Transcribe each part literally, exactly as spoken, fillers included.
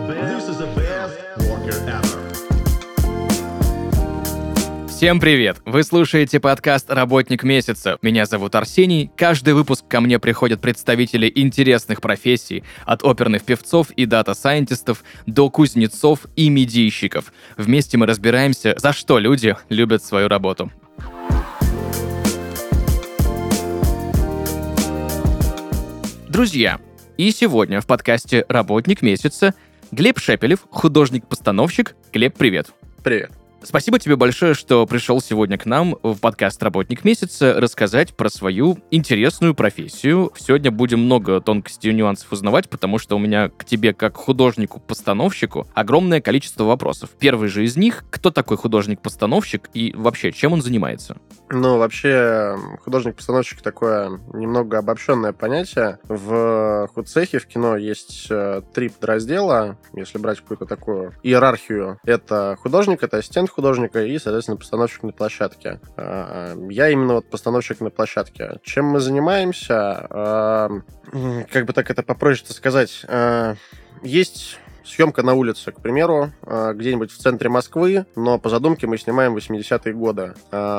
This is the best worker ever. Всем привет! Вы слушаете подкаст «Работник месяца». Меня зовут Арсений. Каждый выпуск ко мне приходят представители интересных профессий, от оперных певцов и дата-сайентистов до кузнецов и медийщиков. Вместе мы разбираемся, за что люди любят свою работу. Друзья, и сегодня в подкасте «Работник месяца» Глеб Шепелев, художник-постановщик. Глеб, привет! Привет. Спасибо тебе большое, что пришел сегодня к нам в подкаст «Работник месяца» рассказать про свою интересную профессию. Сегодня будем много тонкостей и нюансов узнавать, потому что у меня к тебе, как художнику-постановщику, огромное количество вопросов. Первый же из них — кто такой художник-постановщик и вообще, чем он занимается? Ну, вообще, художник-постановщик — такое немного обобщенное понятие. В худцехе, в кино есть три подраздела, если брать какую-то такую иерархию. Это художник, это ассистент художника и, соответственно, постановщик на площадке. Я именно вот постановщик на площадке. Чем мы занимаемся? Как бы так это попроще сказать? Есть съемка на улице, к примеру, где-нибудь в центре Москвы, но по задумке мы снимаем восьмидесятые годы.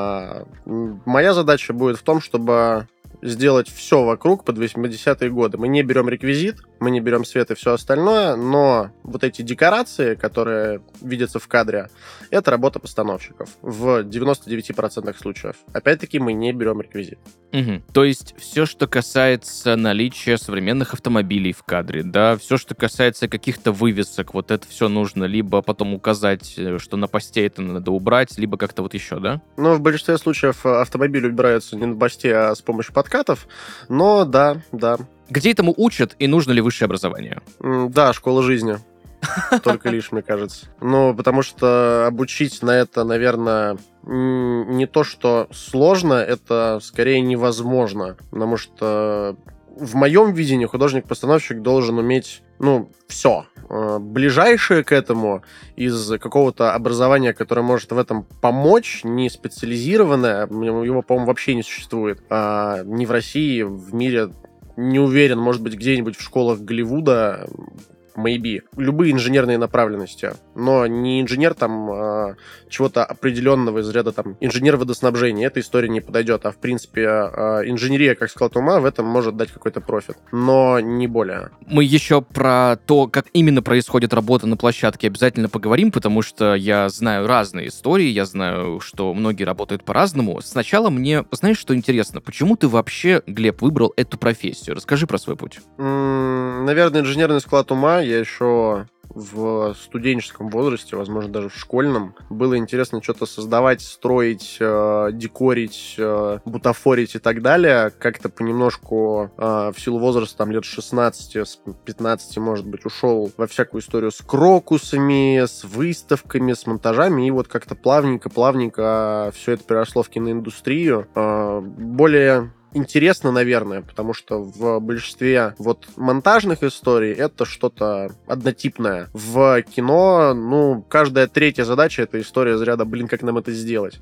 Моя задача будет в том, чтобы сделать все вокруг под восьмидесятые годы. Мы не берем реквизит, мы не берем свет и все остальное, но вот эти декорации, которые видятся в кадре, это работа постановщиков в девяноста девяти процентах случаев. Опять-таки, мы не берем реквизит. Угу. То есть все, что касается наличия современных автомобилей в кадре, да, все, что касается каких-то вывесок, вот это все нужно либо потом указать, что на посте это надо убрать, либо как-то вот еще, да? Ну, в большинстве случаев автомобили убираются не на посте, а с помощью подкатов, но да, да. Где этому учат и нужно ли высшее образование? Да, школа жизни. Только лишь, мне кажется. Ну, потому что обучить на это, наверное, не то, что сложно, это скорее невозможно. Потому что в моем видении художник-постановщик должен уметь, ну, все. Ближайшее к этому из какого-то образования, которое может в этом помочь, не специализированное, его, по-моему, вообще не существует. А ни в России, в мире, не уверен, может быть, где-нибудь в школах Голливуда, maybe. Любые инженерные направленности, но не инженер там э, чего-то определенного из ряда там инженер водоснабжения, эта история не подойдет, а в принципе э, инженерия как склад ума в этом может дать какой-то профит, но не более. Мы еще про то, как именно происходит работа на площадке, обязательно поговорим, потому что я знаю разные истории, я знаю, что многие работают по-разному. Сначала мне, знаешь, что интересно, почему ты вообще, Глеб, выбрал эту профессию? Расскажи про свой путь. М-м, наверное, инженерный склад ума. Я еще в студенческом возрасте, возможно, даже в школьном, было интересно что-то создавать, строить, э, декорить, э, бутафорить и так далее. Как-то понемножку э, в силу возраста, там, лет шестнадцати, с пятнадцати, может быть, ушел во всякую историю с крокусами, с выставками, с монтажами, и вот как-то плавненько-плавненько все это переросло в киноиндустрию. Э, более интересно, наверное, потому что в большинстве вот монтажных историй это что-то однотипное. В кино, ну, каждая третья задача — это история из ряда, блин, как нам это сделать.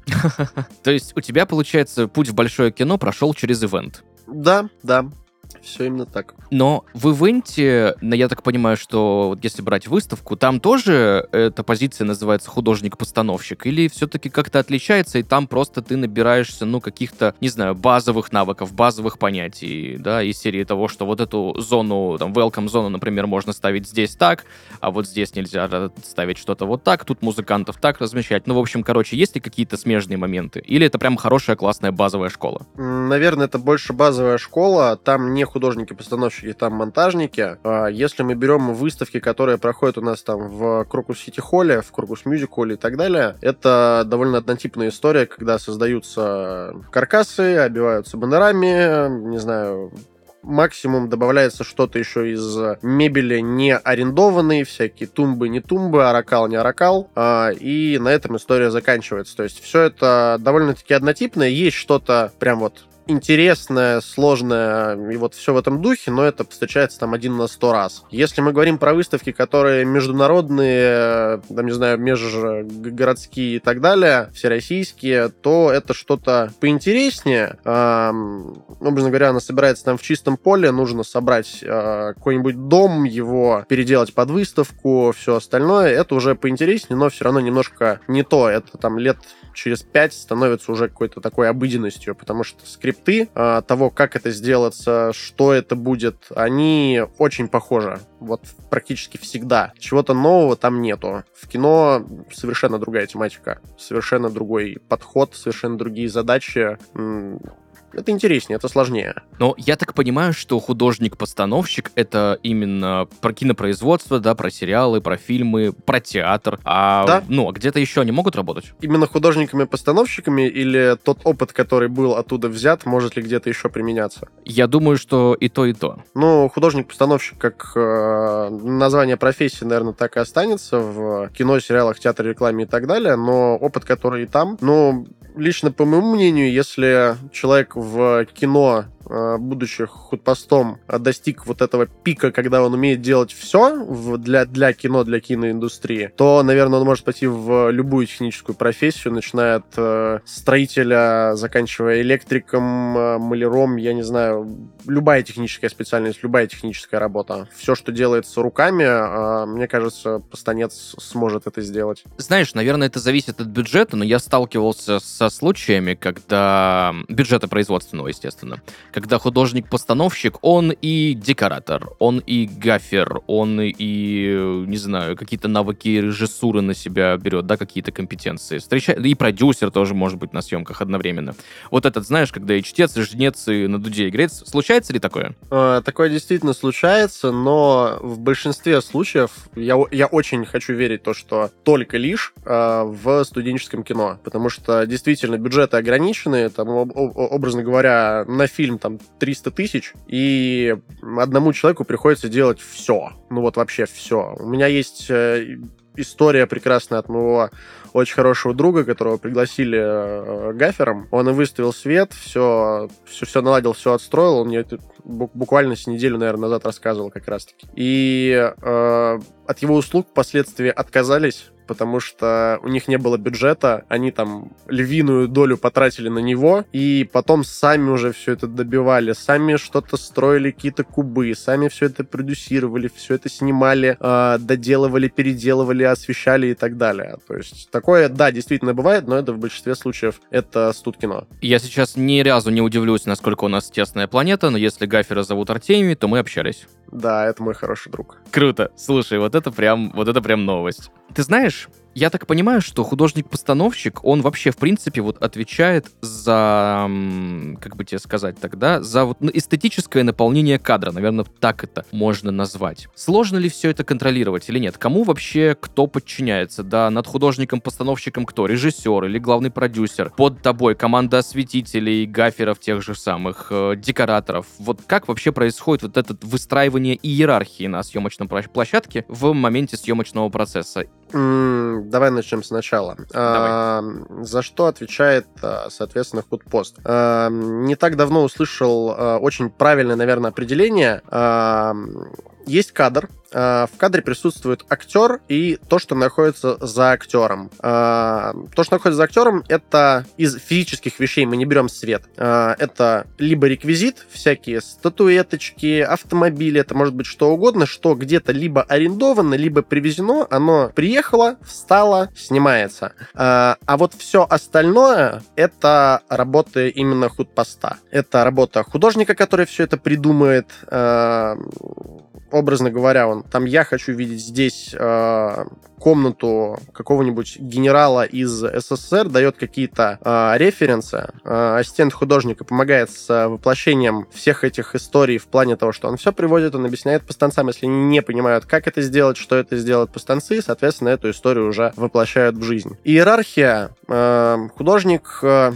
То есть у тебя, получается, путь в большое кино прошел через ивент? Да, да. Все именно так. Но в ивенте, я так понимаю, что вот если брать выставку, там тоже эта позиция называется художник-постановщик, или все-таки как-то отличается, и там просто ты набираешься, ну, каких-то, не знаю, базовых навыков, базовых понятий, да, из серии того, что вот эту зону, там, welcome-зону, например, можно ставить здесь так, а вот здесь нельзя ставить что-то вот так, тут музыкантов так размещать. Ну, в общем, короче, есть ли какие-то смежные моменты? Или это прям хорошая, классная базовая школа? Наверное, это больше базовая школа, там не художники-постановщики, там монтажники. Если мы берем выставки, которые проходят у нас там в Крокус Сити Холле, в Крокус Мьюзик Холле и так далее, это довольно однотипная история, когда создаются каркасы, обиваются баннерами, не знаю, максимум добавляется что-то еще из мебели не арендованной, всякие тумбы, не тумбы, аракал, не аракал, и на этом история заканчивается. То есть все это довольно-таки однотипное. Есть что-то прям вот интересное, сложное, и вот все в этом духе, но это встречается там один на сто раз. Если мы говорим про выставки, которые международные, там, не знаю, межгородские и так далее, всероссийские, то это что-то поинтереснее. Эм, образно говоря, она собирается там в чистом поле, нужно собрать э, какой-нибудь дом, его переделать под выставку, все остальное. Это уже поинтереснее, но все равно немножко не то. Это там лет через пять становится уже какой-то такой обыденностью, потому что скрипты э, того, как это сделаться, что это будет, они очень похожи. Вот практически всегда. Чего-то нового там нету. В кино совершенно другая тематика, совершенно другой подход, совершенно другие задачи. Это интереснее, это сложнее. Но я так понимаю, что художник-постановщик — это именно про кинопроизводство, да, про сериалы, про фильмы, про театр. А, да? Ну, а где-то еще они могут работать? Именно художниками-постановщиками или тот опыт, который был оттуда взят, может ли где-то еще применяться? Я думаю, что и то, и то. Ну, художник-постановщик, как э, название профессии, наверное, так и останется в кино, сериалах, театре, рекламе и так далее, но опыт, который и там, ну, лично по моему мнению, если человек в кино, будучи худпостом, достиг вот этого пика, когда он умеет делать все для, для кино, для киноиндустрии, то, наверное, он может пойти в любую техническую профессию, начиная от э, строителя, заканчивая электриком, э, маляром, я не знаю, любая техническая специальность, любая техническая работа. Все, что делается руками, э, мне кажется, постанец сможет это сделать. Знаешь, наверное, это зависит от бюджета, но я сталкивался со случаями, когда... Бюджета производственного, естественно. Когда художник-постановщик, он и декоратор, он и гафер, он и, не знаю, какие-то навыки режиссуры на себя берет, да, какие-то компетенции. Встреча... И продюсер тоже может быть на съемках одновременно. Вот этот, знаешь, когда и чтец, и жнец, и на дуде играет. Случается ли такое? Э, такое действительно случается, но в большинстве случаев я, я очень хочу верить в то, что только лишь э, в студенческом кино, потому что действительно бюджеты ограничены, там, об, образно говоря, на фильм там триста тысяч, и одному человеку приходится делать все. Ну вот вообще все. У меня есть э, история прекрасная от моего очень хорошего друга, которого пригласили э, гафером. Он и выставил свет, все, все, все наладил, все отстроил. Он мне это буквально с неделю, наверное, назад рассказывал как раз-таки. И э, от его услуг впоследствии отказались, потому что у них не было бюджета, они там львиную долю потратили на него, и потом сами уже все это добивали, сами что-то строили, какие-то кубы, сами все это продюсировали, все это снимали, э, доделывали, переделывали, освещали и так далее. То есть такое, да, действительно бывает, но это в большинстве случаев это студкино. Я сейчас ни разу не удивлюсь, насколько у нас тесная планета, но если гафера зовут Артемий, то мы общались. Да, это мой хороший друг. Круто. Слушай, вот это прям, вот это прям новость. Ты знаешь, я так понимаю, что художник-постановщик, он вообще, в принципе, вот отвечает за, как бы тебе сказать тогда, за вот эстетическое наполнение кадра, наверное, так это можно назвать. Сложно ли все это контролировать или нет? Кому вообще кто подчиняется? Да, над художником-постановщиком кто? Режиссер или главный продюсер? Под тобой команда осветителей, гаферов тех же самых, э, декораторов. Вот как вообще происходит вот это выстраивание иерархии на съемочном площадке в моменте съемочного процесса? Mm, давай начнем сначала. Давай. А, за что отвечает, соответственно, худпост? А, не так давно услышал а, очень правильное, наверное, определение. А, есть кадр. А, в кадре присутствует актер и то, что находится за актером. А, то, что находится за актером, это из физических вещей, мы не берем свет. А, это либо реквизит, всякие статуэточки, автомобили, это может быть что угодно, что где-то либо арендовано, либо привезено, оно приехало, встало, снимается. А, а вот все остальное — это работа именно худпоста. Это работа художника, который все это придумает. А, образно говоря, он там, я хочу видеть здесь э, комнату какого-нибудь генерала из СССР, дает какие-то э, референсы. Э, ассистент художника помогает с воплощением всех этих историй в плане того, что он все приводит, он объясняет постанцам, если они не понимают, как это сделать, что это сделают постанцы, соответственно, эту историю уже воплощают в жизнь. Иерархия. Э, художник... Э,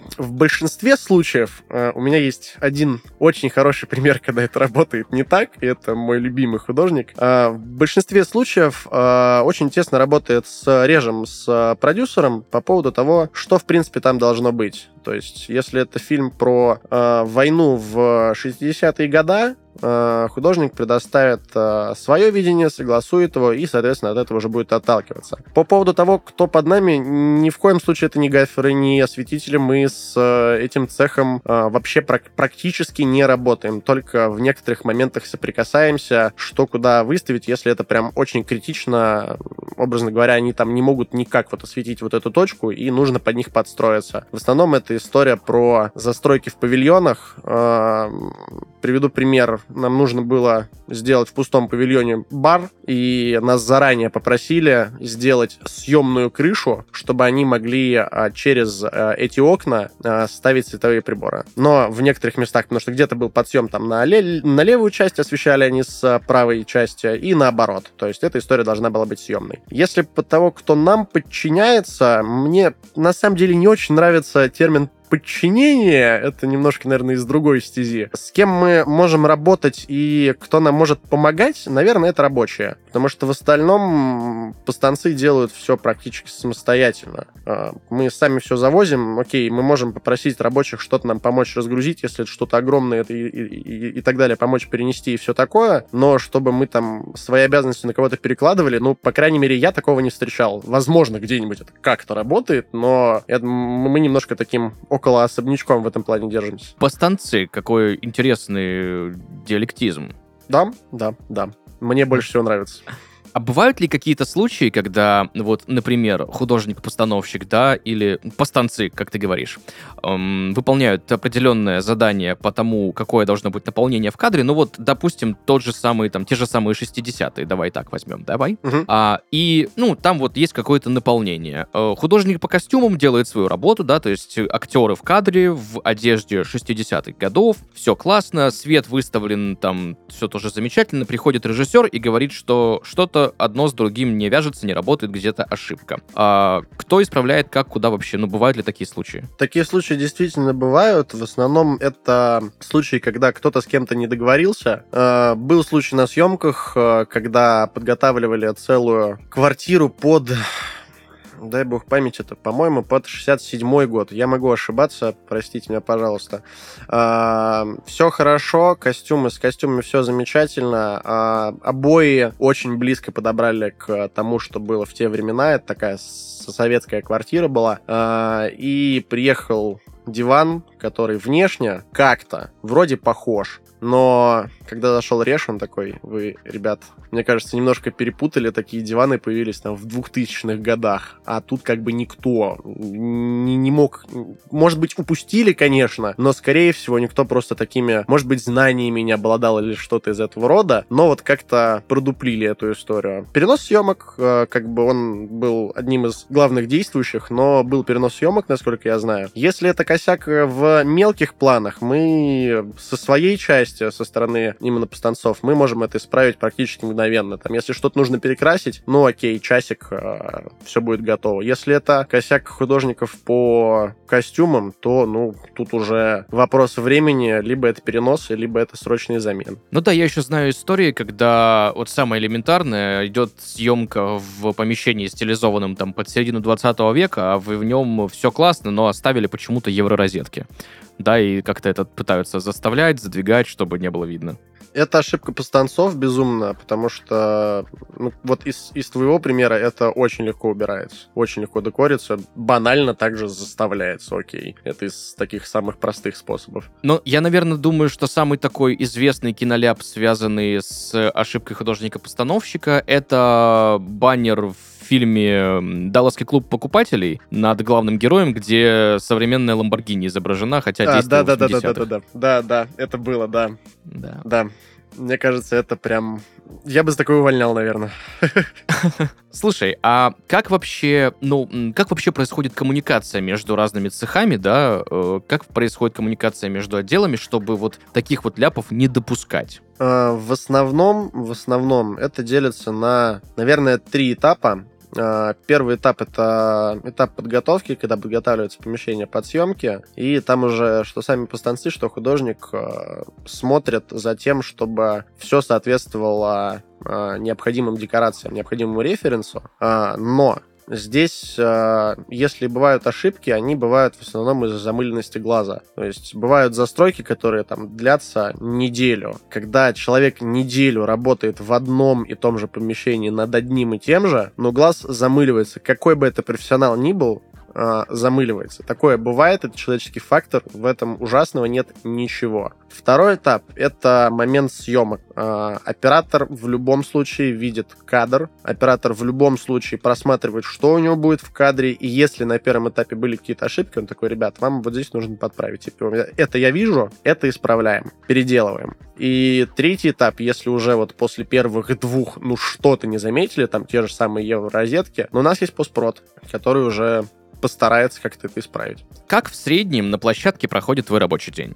в большинстве случаев э, у меня есть один очень хороший пример, когда это работает не так, и это мой любимый художник. Э, в большинстве случаев э, очень тесно работает с режем, с продюсером по поводу того, что, в принципе, там должно быть. То есть, если это фильм про э, войну в шестидесятые годы, художник предоставит э, свое видение, согласует его и, соответственно, от этого уже будет отталкиваться. По поводу того, кто под нами, ни в коем случае это не гаферы, не осветители. Мы с э, этим цехом э, вообще прак- практически не работаем. Только в некоторых моментах соприкасаемся, что куда выставить, если это прям очень критично. Образно говоря, они там не могут никак вот осветить вот эту точку, и нужно под них подстроиться. В основном это история про застройки в павильонах. Э, приведу пример. Нам нужно было сделать в пустом павильоне бар, и нас заранее попросили сделать съемную крышу, чтобы они могли а, через а, эти окна а, ставить световые приборы. Но в некоторых местах, потому что где-то был подсъем там на, ле- на левую часть, освещали они с а, правой части, и наоборот. То есть эта история должна была быть съемной. Если под того, кто нам подчиняется, мне на самом деле не очень нравится термин подчинение, это немножко, наверное, из другой стези. С кем мы можем работать и кто нам может помогать, наверное, это рабочие. Потому что в остальном постанцы делают все практически самостоятельно. Мы сами все завозим, окей, мы можем попросить рабочих что-то нам помочь разгрузить, если это что-то огромное это и, и, и, и так далее, помочь перенести и все такое, но чтобы мы там свои обязанности на кого-то перекладывали, ну, по крайней мере, я такого не встречал. Возможно, где-нибудь это как-то работает, но это, мы немножко таким около особнячком в этом плане держимся. Постанцы, какой интересный диалектизм. Да, да, да. Мне больше всего нравится. А бывают ли какие-то случаи, когда, вот, например, художник-постановщик, да, или постанцы, как ты говоришь, эм, выполняют определенное задание по тому, какое должно быть наполнение в кадре, ну вот, допустим, тот же самый, там, те же самые шестидесятые, давай так возьмем, давай, Угу. а, и, ну, там вот есть какое-то наполнение. Э, художник по костюмам делает свою работу, да, то есть актеры в кадре, в одежде шестидесятых годов, все классно, свет выставлен, там, все тоже замечательно, приходит режиссер и говорит, что что-то одно с другим не вяжется, не работает, где-то ошибка. А кто исправляет, как, куда вообще? Ну, бывают ли такие случаи? Такие случаи действительно бывают. В основном это случаи, когда кто-то с кем-то не договорился. Э, Был случай на съемках, э, когда подготавливали целую квартиру под... Дай бог памяти, это, по-моему, под шестьдесят седьмой год. Я могу ошибаться, простите меня, пожалуйста. А, все хорошо, костюмы с костюмами все замечательно. А, обои очень близко подобрали к тому, что было в те времена. Это такая советская квартира была. А, и приехал диван, который внешне как-то вроде похож. Но когда зашел Реш, он такой: вы, ребят, мне кажется, немножко перепутали, такие диваны появились там в двухтысячных годах, а тут как бы никто не, не мог, может быть, упустили, конечно, но, скорее всего, никто просто такими, может быть, знаниями не обладал или что-то из этого рода, но вот как-то продуплили эту историю. Перенос съемок, как бы он был одним из главных действующих, но был перенос съемок, насколько я знаю. Если это косяк в мелких планах, мы со своей части, со стороны именно постанцов, мы можем это исправить практически мгновенно. Там, если что-то нужно перекрасить, ну окей, часик, э, все будет готово. Если это косяк художников по костюмам, то, ну, тут уже вопрос времени, либо это переносы, либо это срочные замены. Ну да, я еще знаю истории, когда вот самое элементарное, идет съемка в помещении, стилизованном там под середину двадцатого века, а в, в нем все классно, но оставили почему-то евророзетки. Да, и как-то это пытаются заставлять, задвигать, чтобы не было видно. Это ошибка постанцов безумно, потому что, ну, вот из, из твоего примера это очень легко убирается, очень легко декорится, банально также заставляется, окей. Это из таких самых простых способов. Но я, наверное, думаю, что самый такой известный киноляп, связанный с ошибкой художника-постановщика, это баннер в фильме «Далласский клуб покупателей» над главным героем, где современная Ламборгини изображена, хотя А, действовала да, в да, да, да, да, восьмидесятых. да, да, да, это было, да, Да. да. Мне кажется, это прям... Я бы за такое увольнял, наверное. Слушай, а как вообще, ну, м, как вообще происходит коммуникация между разными цехами, да? Э, Как происходит коммуникация между отделами, чтобы вот таких вот ляпов не допускать? А, В основном, в основном это делится на, наверное, три этапа. Э, первый этап — это этап подготовки, когда подготавливается помещение под съемки, и там уже что сами постанцы, что художник э, смотрят за тем, чтобы все соответствовало э, необходимым декорациям, необходимому референсу, э, но здесь, э, если бывают ошибки, они бывают в основном из-за замыленности глаза. То есть бывают застройки, которые там длятся неделю. Когда человек неделю работает в одном и том же помещении над одним и тем же, но глаз замыливается. Какой бы это профессионал ни был, э, замыливается. Такое бывает, это человеческий фактор, в этом ужасного нет ничего. Второй этап — это момент съемок. Э, оператор в любом случае видит кадр, оператор в любом случае просматривает, что у него будет в кадре, и если на первом этапе были какие-то ошибки, он такой: ребят, вам вот здесь нужно подправить. Типа, это я вижу, это исправляем, переделываем. И третий этап, если уже вот после первых двух, ну, что-то не заметили, там те же самые евро-розетки, но у нас есть постпрод, который уже постарается как-то это исправить. Как в среднем на площадке проходит твой рабочий день?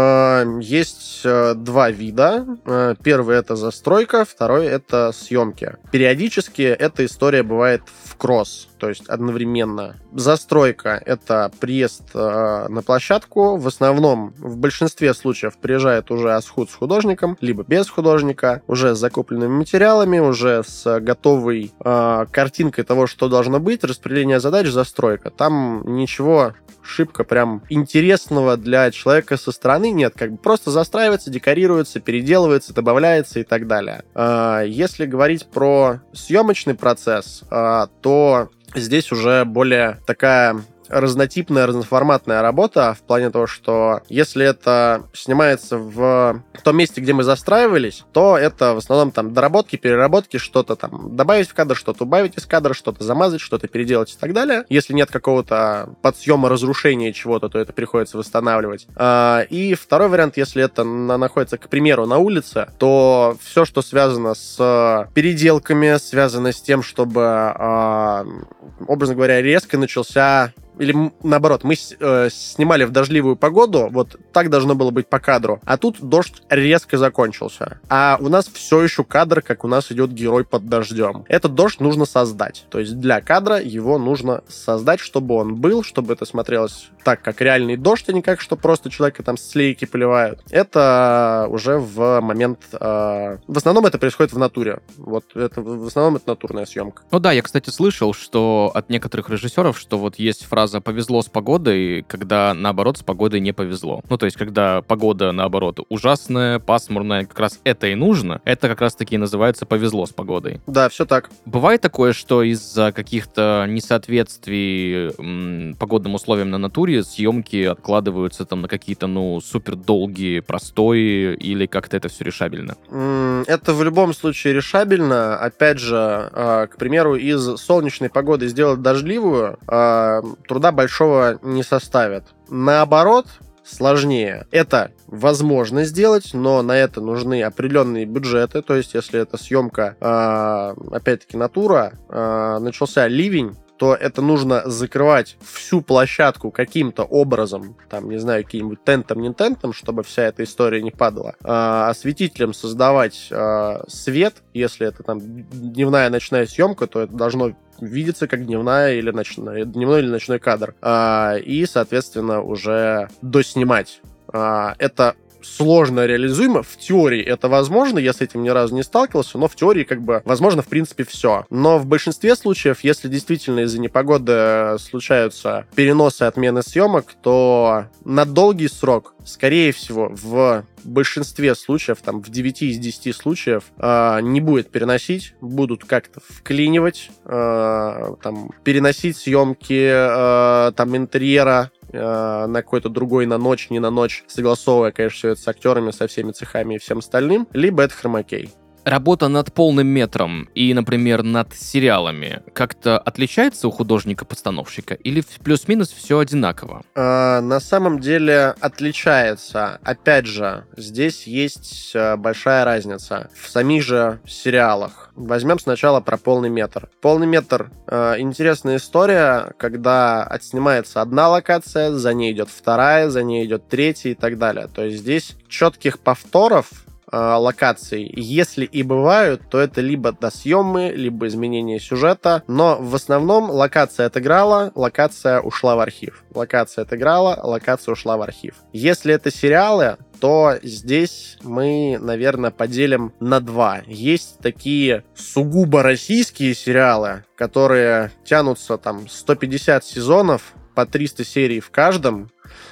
Есть два вида. Первый — это застройка, второй — это съемки. Периодически эта история бывает в кросс, то есть одновременно. Застройка — это приезд на площадку. В основном, в большинстве случаев приезжает уже асхуд с художником, либо без художника, уже с закупленными материалами, уже с готовой картинкой того, что должно быть, распределение задач, застройка. Там ничего шибко прям интересного для человека со стороны нет. Как бы просто застраивается, декорируется, переделывается, добавляется и так далее. Если говорить про съемочный процесс, то здесь уже более такая разнотипная, разноформатная работа в плане того, что если это снимается в том месте, где мы застраивались, то это в основном там доработки, переработки, что-то там добавить в кадр, что-то убавить из кадра, что-то замазать, что-то переделать и так далее. Если нет какого-то подсъема, разрушения чего-то, то это приходится восстанавливать. И второй вариант, если это находится, к примеру, на улице, то все, что связано с переделками, связано с тем, чтобы, образно говоря, резко начался... Или наоборот, мы э, снимали в дождливую погоду, вот так должно было быть по кадру, а тут дождь резко закончился. А у нас все еще кадр, как у нас идет герой под дождем. Этот дождь нужно создать. То есть для кадра его нужно создать, чтобы он был, чтобы это смотрелось так, как реальный дождь, а не как, что просто человека там с лейки поливают. Это уже в момент... Э, в основном это происходит в натуре. Вот это, в основном это натурная съемка. Ну да, я, кстати, слышал, что от некоторых режиссеров, что вот есть фраза «повезло с погодой», когда, наоборот, с погодой не повезло. Ну, то есть, когда погода, наоборот, ужасная, пасмурная, как раз это и нужно, это как раз-таки и называется «повезло с погодой». Да, все так. Бывает такое, что из-за каких-то несоответствий м, погодным условиям на натуре съемки откладываются там на какие-то, ну, супер долгие простои, или как-то это все решабельно? Это в любом случае решабельно. Опять же, к примеру, из солнечной погоды сделать дождливую труда большого не составит. Наоборот, сложнее. Это возможно сделать, но на это нужны определенные бюджеты. То есть, если это съемка, опять-таки, натура, начался ливень, то это нужно закрывать всю площадку каким-то образом, там, не знаю, каким-нибудь тентом, не тентом, чтобы вся эта история не падала. А, осветителем создавать а, свет, если это там дневная, ночная съемка, то это должно видеться как дневная или ночная, дневной или ночной кадр. А, и, соответственно, уже доснимать. А, это сложно реализуемо. В теории это возможно, я с этим ни разу не сталкивался, но в теории как бы возможно в принципе все. Но в большинстве случаев, если действительно из-за непогоды случаются переносы, отмены съемок, то на долгий срок, скорее всего, в большинстве случаев, там в девяти из десяти случаев, э, не будет переносить, будут как-то вклинивать, э, там, переносить съемки э, там интерьера на какой-то другой, на ночь, не на ночь, согласовывая, конечно, все это с актерами, со всеми цехами и всем остальным, либо это хромакей. Работа над полным метром и, например, над сериалами как-то отличается у художника-постановщика или плюс-минус все одинаково? Э, на самом деле отличается. Опять же, здесь есть большая разница. В самих же сериалах. Возьмем сначала про полный метр. Полный метр э, интересная история, когда отснимается одна локация, за ней идет вторая, за ней идет третья и так далее. То есть здесь четких повторов э, локаций, если и бывают, то это либо досъемы, либо изменение сюжета, но в основном локация отыграла, локация ушла в архив. Локация отыграла, локация ушла в архив. Если это сериалы, то здесь мы, наверное, поделим на два. Есть такие сугубо российские сериалы, которые тянутся там сто пятьдесят сезонов, по триста серий в каждом,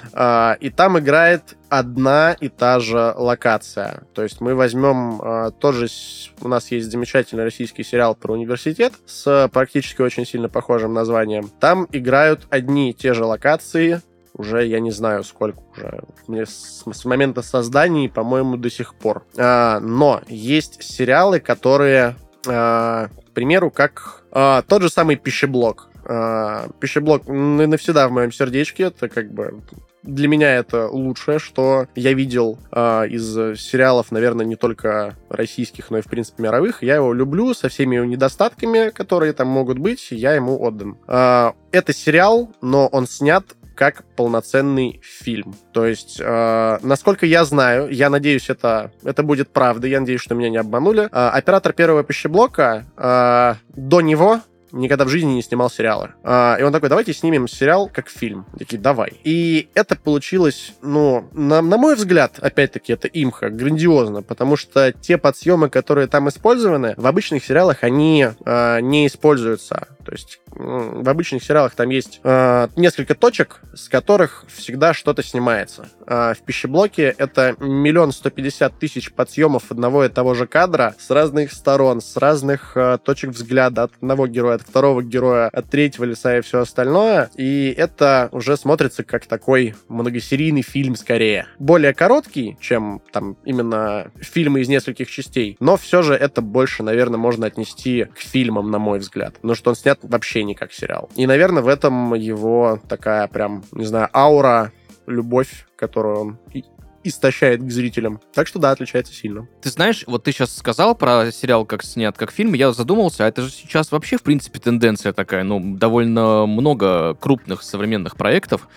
и там играет одна и та же локация. То есть мы возьмем тоже... У нас есть замечательный российский сериал про университет с практически очень сильно похожим названием. Там играют одни и те же локации, уже я не знаю сколько уже, мне с, с момента создания, по-моему, до сих пор. А, но есть сериалы, которые, а, к примеру, как а, тот же самый «Пищеблок». А, «Пищеблок» навсегда в моем сердечке, это как бы... Для меня это лучшее, что я видел э, из сериалов, наверное, не только российских, но и, в принципе, мировых. Я его люблю со всеми его недостатками, которые там могут быть, я ему отдан. Э, это сериал, но он снят как полноценный фильм. То есть, э, насколько я знаю, я надеюсь, это, это будет правда, я надеюсь, что меня не обманули, э, оператор первого «Пищеблока» э, до него никогда в жизни не снимал сериалы. А, и он такой, давайте снимем сериал как фильм. Такие, давай. И это получилось, ну, на, на мой взгляд, опять-таки, это имха, грандиозно, потому что те подсъемы, которые там использованы, в обычных сериалах они а, не используются. То есть в обычных сериалах там есть э, несколько точек, с которых всегда что-то снимается. А в «Пищеблоке» это миллион сто пятьдесят тысяч подсъемов одного и того же кадра с разных сторон, с разных э, точек взгляда от одного героя, от второго героя, от третьего лица и все остальное. И это уже смотрится как такой многосерийный фильм скорее. Более короткий, чем там именно фильмы из нескольких частей, но все же это больше, наверное, можно отнести к фильмам, на мой взгляд. Потому что он снят вообще не как сериал. И, наверное, в этом его такая прям, не знаю, аура, любовь, которую он истощает к зрителям. Так что да, отличается сильно. Ты знаешь, вот ты сейчас сказал про сериал как снят, как фильм, я задумался, а это же сейчас вообще, в принципе, тенденция такая, ну, довольно много крупных современных проектов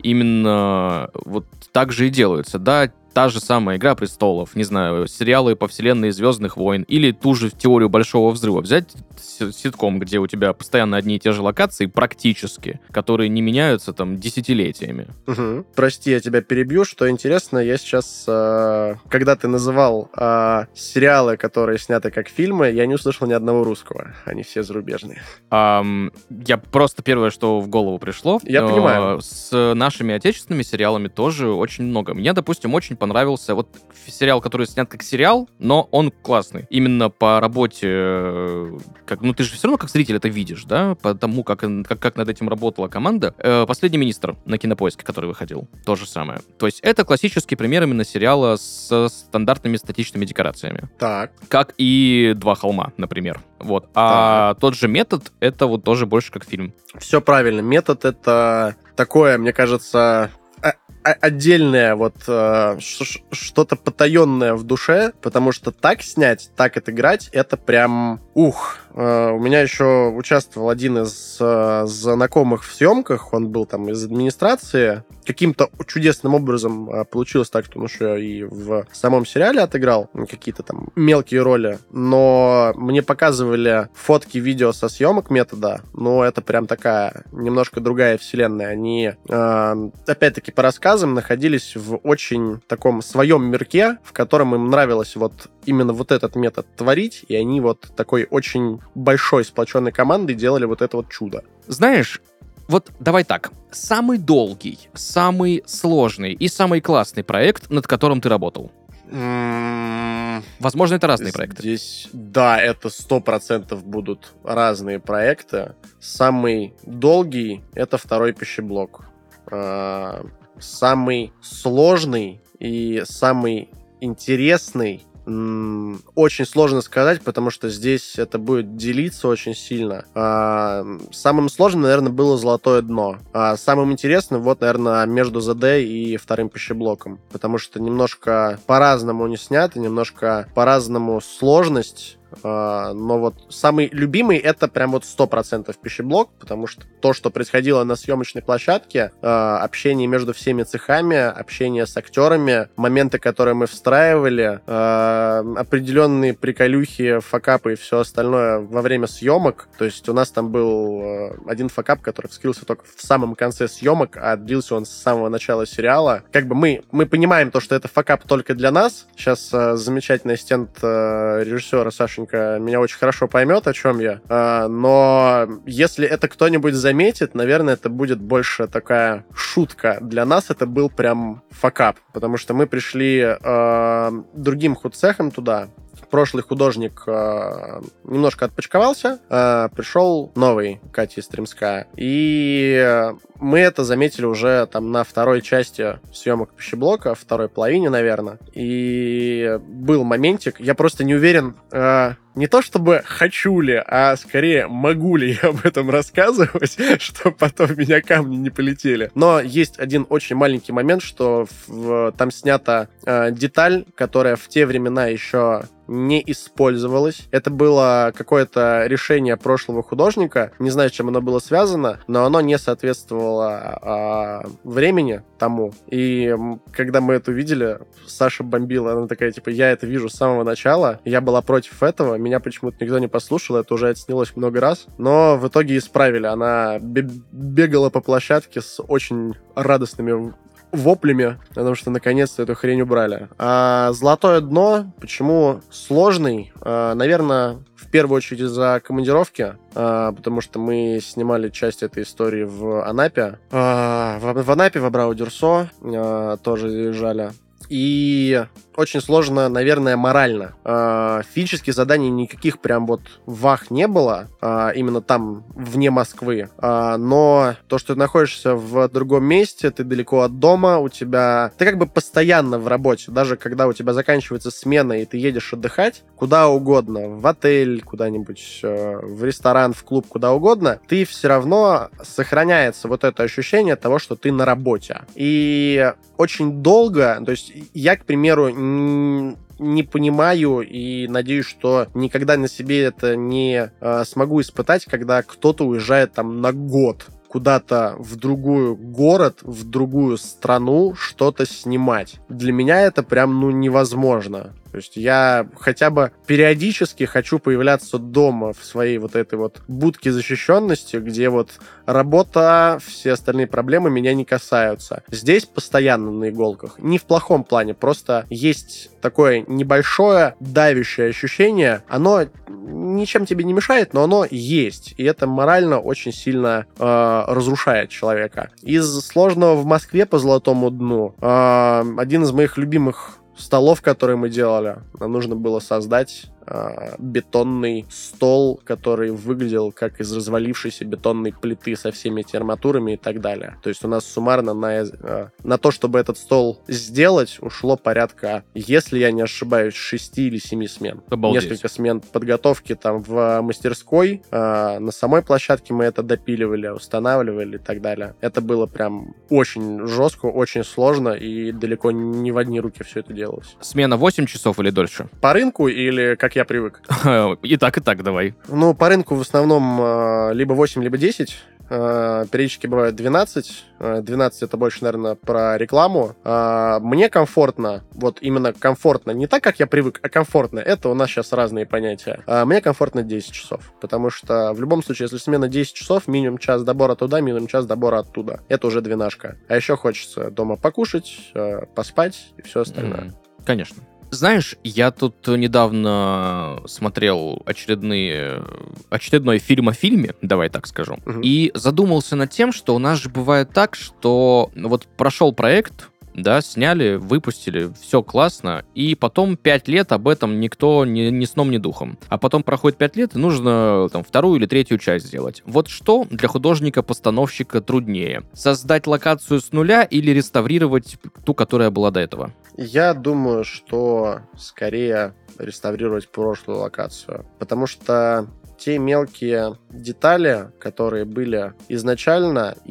именно вот так же и делаются, да, та же самая «Игра престолов», не знаю, сериалы по вселенной «Звездных войн» или ту же «Теорию большого взрыва». Взять ситком, где у тебя постоянно одни и те же локации, практически, которые не меняются там десятилетиями. Угу. Прости, я тебя перебью. Что интересно, я сейчас, э, когда ты называл э, сериалы, которые сняты как фильмы, я не услышал ни одного русского. Они все зарубежные. Um, я просто первое, что в голову пришло. Я uh, понимаю. С нашими отечественными сериалами тоже очень много. Мне, допустим, очень понравился вот сериал, который снят как сериал, но он классный. Именно по работе, как, ну ты же все равно как зритель это видишь, да, по тому, как, как, как над этим работала команда. Э, «Последний министр» на Кинопоиске, который выходил, то же самое. То есть это классический пример именно сериала с стандартными статичными декорациями. Так. Как и «Два холма», например. Вот. А так. Тот же «Метод» — это вот тоже больше как фильм. Все правильно. «Метод» — это такое, мне кажется... отдельное вот э, что-то потаенное в душе, потому что так снять, так отыграть, это прям ух. Э, у меня еще участвовал один из э, знакомых в съемках, он был там из администрации. Каким-то чудесным образом э, получилось так, что он еще и в самом сериале отыграл какие-то там мелкие роли, но мне показывали фотки, видео со съемок «Метода», но это прям такая немножко другая вселенная. Они, э, опять-таки, по рассказам находились в очень таком своем мирке, в котором им нравилось вот именно вот этот метод творить, и они вот такой очень большой сплоченной командой делали вот это вот чудо. Знаешь, вот давай так. Самый долгий, самый сложный и самый классный проект, над которым ты работал? Mm-hmm. Возможно, это разные проекты. Здесь, да, это сто процентов будут разные проекты. Самый долгий — это второй «Пищеблок». Самый сложный и самый интересный, м- очень сложно сказать, потому что здесь это будет делиться очень сильно. А, самым сложным, наверное, было «Золотое дно». А самым интересным, вот, наверное, между ЗД и вторым «Пищеблоком», потому что немножко по-разному они сняты, немножко по-разному сложность э, но вот самый любимый — это прям вот сто процентов пищеблок, потому что то, что происходило на съемочной площадке, э, общение между всеми цехами, общение с актерами, моменты, которые мы встраивали, э, определенные приколюхи, факапы и все остальное во время съемок. То есть у нас там был э, один факап, который вскрылся только в самом конце съемок, а длился он с самого начала сериала. Как бы мы, мы понимаем то, что это факап только для нас. Сейчас э, замечательный ассистент э, режиссера Сашенька меня очень хорошо поймет, о чем я. Э, но если это кто-нибудь заметит, наверное, это будет больше такая шутка. Для нас это был прям факап, потому что мы пришли э, другим худцехом туда. Прошлый художник э, немножко отпочковался, э, пришел новый Катя Стримская, и мы это заметили уже там на второй части съемок пищеблока, второй половине, наверное, и был моментик, я просто не уверен, э, не то чтобы хочу ли, а скорее могу ли я об этом рассказывать, чтобы потом меня камни не полетели. Но есть один очень маленький момент, что в, там снята э, деталь, которая в те времена еще не использовалась. Это было какое-то решение прошлого художника. Не знаю, с чем оно было связано, но оно не соответствовало а, времени тому. И когда мы это увидели, Саша бомбила. Она такая, типа, я это вижу с самого начала. Я была против этого. Меня почему-то никто не послушал. Это уже отснялось много раз. Но в итоге исправили. Она бегала по площадке с очень радостными воплями, потому что наконец-то эту хрень убрали. А «Золотое дно» почему сложный? А, наверное, в первую очередь из-за командировки, а, потому что мы снимали часть этой истории в Анапе. А, в, в Анапе, в Абрау-Дюрсо а, тоже заезжали. И очень сложно, наверное, морально. Э, физических заданий никаких прям вот вах не было, э, именно там, вне Москвы. Э, но то, что ты находишься в другом месте, ты далеко от дома, у тебя... Ты как бы постоянно в работе. Даже когда у тебя заканчивается смена, и ты едешь отдыхать, куда угодно, в отель куда-нибудь, э, в ресторан, в клуб, куда угодно, ты все равно сохраняется вот это ощущение того, что ты на работе. И очень долго... То есть я, к примеру, не понимаю и надеюсь, что никогда на себе это не э, смогу испытать, когда кто-то уезжает там на год куда-то в другой город, в другую страну что-то снимать. Для меня это прям, ну, невозможно. То есть я хотя бы периодически хочу появляться дома в своей вот этой вот будке защищенности, где вот работа, все остальные проблемы меня не касаются. Здесь постоянно на иголках. Не в плохом плане, просто есть такое небольшое давящее ощущение. Оно ничем тебе не мешает, но оно есть. И это морально очень сильно э, разрушает человека. Из сложного в Москве по Золотому дну э, один из моих любимых столов, которые мы делали, нам нужно было создать э, бетонный стол, который выглядел как из развалившейся бетонной плиты со всеми эти арматурами и так далее. То есть у нас суммарно на, э, на то, чтобы этот стол сделать, ушло порядка, если я не ошибаюсь, шести или семи смен. Обалдеть. Несколько смен подготовки там в мастерской. Э, на самой площадке мы это допиливали, устанавливали и так далее. Это было прям очень жестко, очень сложно, и далеко не в одни руки все это делалось. Смена восемь часов или дольше? По рынку или как я привык? И так, и так давай. Ну, по рынку в основном э, либо восемь, либо десять. Э, периодически бывает двенадцать. Э, двенадцать это больше, наверное, про рекламу. Э, мне комфортно, вот именно комфортно, не так, как я привык, а комфортно. Это у нас сейчас разные понятия. Э, мне комфортно десять часов, потому что в любом случае, если смена десять часов, минимум час добора туда, минимум час добора оттуда. Это уже двенашка. А еще хочется дома покушать, э, поспать и все остальное. Mm, конечно. Знаешь, я тут недавно смотрел очередные, очередной фильм о фильме, давай так скажу, Угу. и задумался над тем, что у нас же бывает так, что вот прошел проект, да, сняли, выпустили, все классно, и потом пять лет об этом никто ни, ни сном, ни духом. А потом проходит пять лет, и нужно там вторую или третью часть сделать. Вот что для художника-постановщика труднее? Создать локацию с нуля или реставрировать ту, которая была до этого? Я думаю, что скорее реставрировать прошлую локацию, потому что те мелкие детали, которые были изначально, их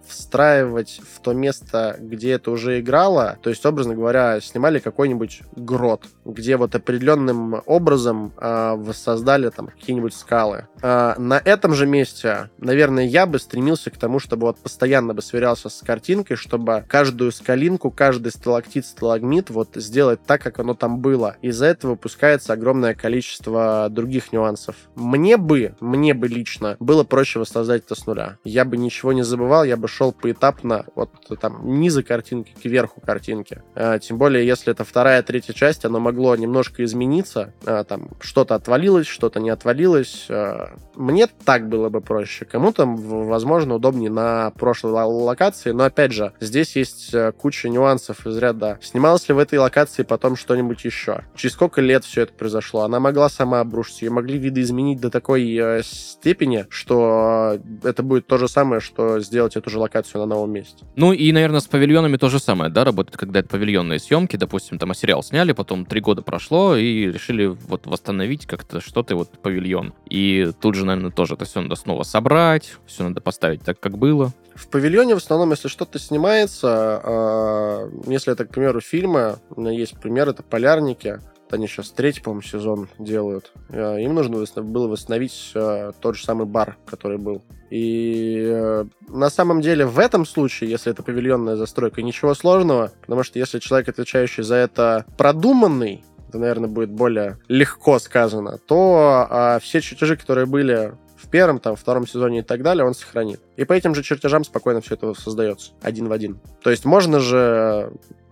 встраивать в то место, где это уже играло. То есть, образно говоря, снимали какой-нибудь грот, где вот определенным образом э, воссоздали там какие-нибудь скалы. Э, на этом же месте, наверное, я бы стремился к тому, чтобы вот постоянно бы сверялся с картинкой, чтобы каждую скалинку, каждый сталактит, сталагмит вот сделать так, как оно там было. Из-за этого выпускается огромное количество других нюансов. Мне бы, мне бы лично было проще воссоздать это с нуля. Я бы ничего не забывал, я бы шел поэтапно от там низа картинки к верху картинки. А, тем более, если это вторая, третья часть, оно могло немножко измениться. А, там что-то отвалилось, что-то не отвалилось. А, мне так было бы проще. Кому-то, возможно, удобнее на прошлой локации, но, опять же, здесь есть куча нюансов из ряда. Снималось ли в этой локации потом что-нибудь еще? Через сколько лет все это произошло? Она могла сама обрушиться, ее могли видоизменить до такой э, степени, что это будет то же самое, что сделать эту же локацию на новом месте. Ну и, наверное, с павильонами то же самое, да, работает, когда это павильонные съемки, допустим, там, а сериал сняли, потом три года прошло, и решили вот восстановить как-то что-то, вот, павильон. И тут же, наверное, тоже это все надо снова собрать, все надо поставить так, как было. В павильоне в основном, если что-то снимается, э, если это, к примеру, фильмы, у меня есть пример, это «Полярники». Они сейчас третий, по-моему, сезон делают. Э, им нужно было восстановить э, тот же самый бар, который был. И э, на самом деле в этом случае, если это павильонная застройка, ничего сложного, потому что если человек, отвечающий за это, продуманный, это, наверное, будет более легко сказано, то э, все чертежи, которые были в первом, там, втором сезоне и так далее, он сохранит. И по этим же чертежам спокойно все это создается один в один. То есть можно же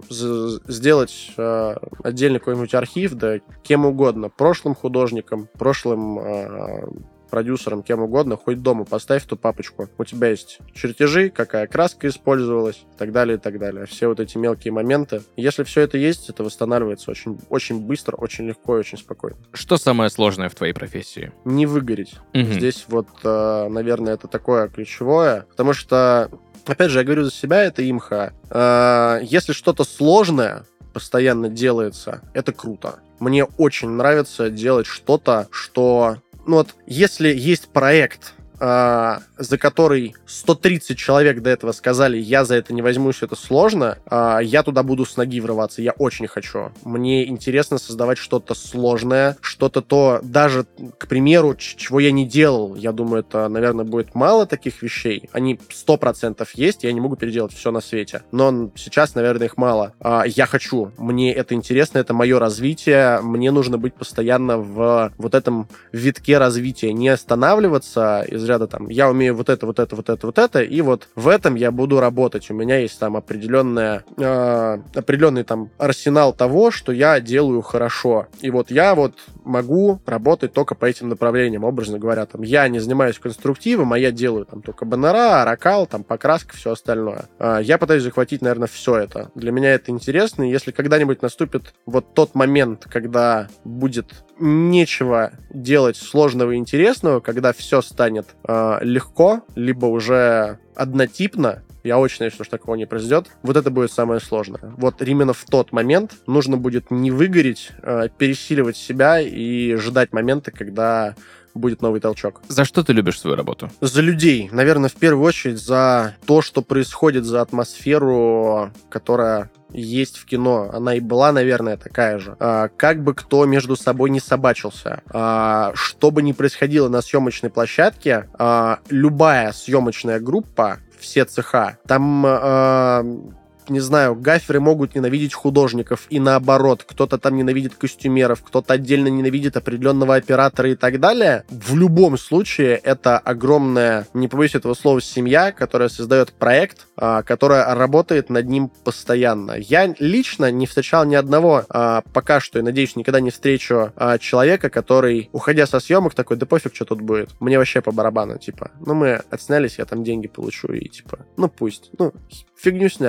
сделать э, отдельный какой-нибудь архив, да, кем угодно, прошлым художником, прошлым э, продюсером, кем угодно, хоть дома поставь ту папочку. У тебя есть чертежи, какая краска использовалась, и так далее, и так далее. Все вот эти мелкие моменты. Если все это есть, это восстанавливается очень, очень быстро, очень легко и очень спокойно. Что самое сложное в твоей профессии? Не выгореть. Угу. Здесь вот, э, наверное, это такое ключевое, потому что, опять же, я говорю за себя, это имха. Э, если что-то сложное постоянно делается, это круто. Мне очень нравится делать что-то, что... Ну вот, если есть проект, э, за который сто тридцать человек до этого сказали, я за это не возьмусь, это сложно, э, я туда буду с ноги врываться, я очень хочу. Мне интересно создавать что-то сложное, что-то то, даже, к примеру, чего я не делал. Я думаю, это, наверное, будет мало таких вещей. Они сто процентов есть, я не могу переделать все на свете. Но сейчас, наверное, их мало. Э, я хочу. Мне это интересно, это мое развитие. Мне нужно быть постоянно в вот этом витке развития, не останавливаться из ряда там, я умею вот это, вот это, вот это, вот это, и вот в этом я буду работать. У меня есть там определенная, э, определенный там арсенал того, что я делаю хорошо. И вот я вот могу работать только по этим направлениям, образно говоря. Там, я не занимаюсь конструктивом, а я делаю там только баннера, ракал, там покраска, все остальное. Э, я пытаюсь захватить, наверное, все это. Для меня это интересно, и если когда-нибудь наступит вот тот момент, когда будет нечего делать сложного и интересного, когда все станет э, легко, либо уже однотипно, я очень надеюсь, что такого не произойдет. Вот это будет самое сложное. Вот именно в тот момент нужно будет не выгореть, э, пересиливать себя и ждать момента, когда будет новый толчок. За что ты любишь свою работу? За людей. Наверное, в первую очередь за то, что происходит, за атмосферу, которая есть в кино. Она и была, наверное, такая же. А, как бы кто между собой не собачился. А, что бы ни происходило на съемочной площадке, а, любая съемочная группа, все цеха, там... А, не знаю, гаферы могут ненавидеть художников, и наоборот, кто-то там ненавидит костюмеров, кто-то отдельно ненавидит определенного оператора и так далее. В любом случае, это огромная, не побоюсь этого слова, семья, которая создает проект, а, которая работает над ним постоянно. Я лично не встречал ни одного, а, пока что, и надеюсь, никогда не встречу а, человека, который, уходя со съемок, такой, да пофиг, что тут будет. Мне вообще по барабану, типа, ну мы отснялись, я там деньги получу, и типа, ну пусть, ну фигню сняли, ну и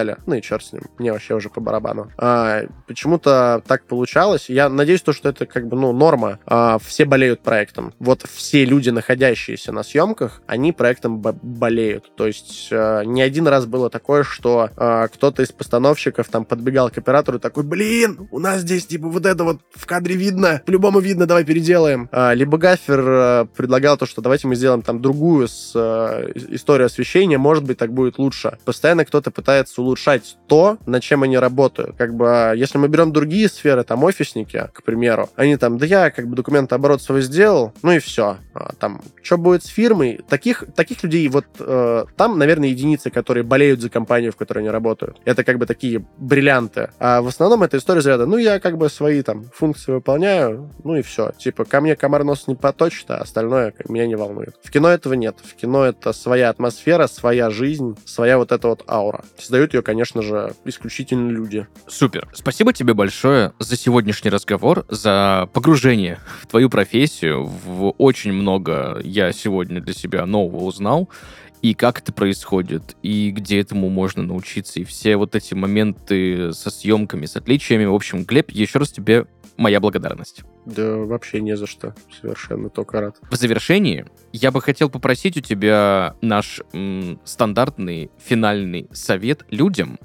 черт с ним, мне вообще уже по барабану. А, почему-то так получалось. Я надеюсь, то, что это как бы, ну, норма. А, все болеют проектом. Вот все люди, находящиеся на съемках, они проектом б- болеют. То есть а, не один раз было такое, что а, кто-то из постановщиков там подбегал к оператору и такой: блин, у нас здесь типа вот это вот в кадре видно, по-любому видно, давай переделаем. А, либо гафер а, предлагал то, что давайте мы сделаем там другую с, а, историю освещения, может быть, так будет лучше. Постоянно кто-то пытается улучшать то, над чем они работают. Как бы, если мы берем другие сферы, там, офисники, к примеру, они там, да я как бы документооборот свой сделал, ну и все. А, там, что будет с фирмой? Таких, таких людей вот э, там, наверное, единицы, которые болеют за компанию, в которой они работают. Это как бы такие бриллианты. А в основном это история из ряда, ну, я как бы свои там функции выполняю, ну и все. Типа, ко мне комар нос не поточит, а остальное меня не волнует. В кино этого нет. В кино это своя атмосфера, своя жизнь, своя вот эта вот аура. Создают ее, конечно же, исключительно люди. Супер. Спасибо тебе большое за сегодняшний разговор, за погружение в твою профессию. В очень много я сегодня для себя нового узнал. И как это происходит, и где этому можно научиться, и все вот эти моменты со съемками, с отличиями. В общем, Глеб, еще раз тебе моя благодарность. Да вообще не за что. Совершенно только рад. В завершении я бы хотел попросить у тебя наш м, стандартный финальный совет людям,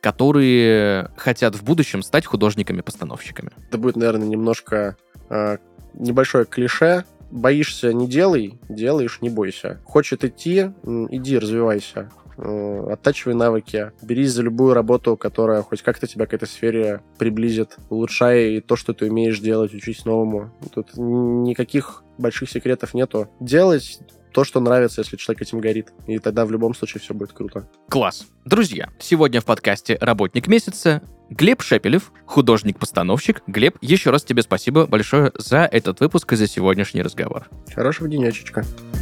которые хотят в будущем стать художниками-постановщиками. Это будет, наверное, немножко э, небольшое клише. Боишься — не делай, делаешь — не бойся. Хочет идти — иди, развивайся. Оттачивай навыки, берись за любую работу, которая хоть как-то тебя к этой сфере приблизит, улучшай то, что ты умеешь делать, учись новому. Тут никаких больших секретов нету. Делать то, что нравится, если человек этим горит. И тогда в любом случае все будет круто. Класс. Друзья, сегодня в подкасте «Работник месяца» Глеб Шепелев, художник-постановщик. Глеб, еще раз тебе спасибо большое за этот выпуск и за сегодняшний разговор. Хорошего денечечка.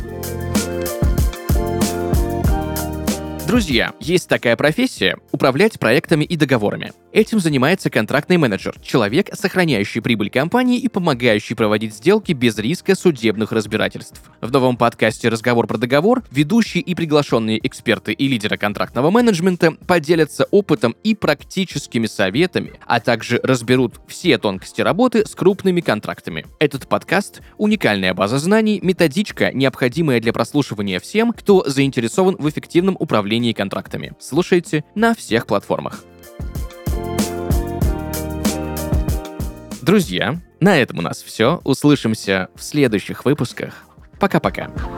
Друзья, есть такая профессия — управлять проектами и договорами. Этим занимается контрактный менеджер, человек, сохраняющий прибыль компании и помогающий проводить сделки без риска судебных разбирательств. В новом подкасте «Разговор про договор» ведущие и приглашенные эксперты и лидеры контрактного менеджмента поделятся опытом и практическими советами, а также разберут все тонкости работы с крупными контрактами. Этот подкаст — уникальная база знаний, методичка, необходимая для прослушивания всем, кто заинтересован в эффективном управлении контрактами. Слушайте на всех платформах. Друзья, на этом у нас все. Услышимся в следующих выпусках. Пока-пока.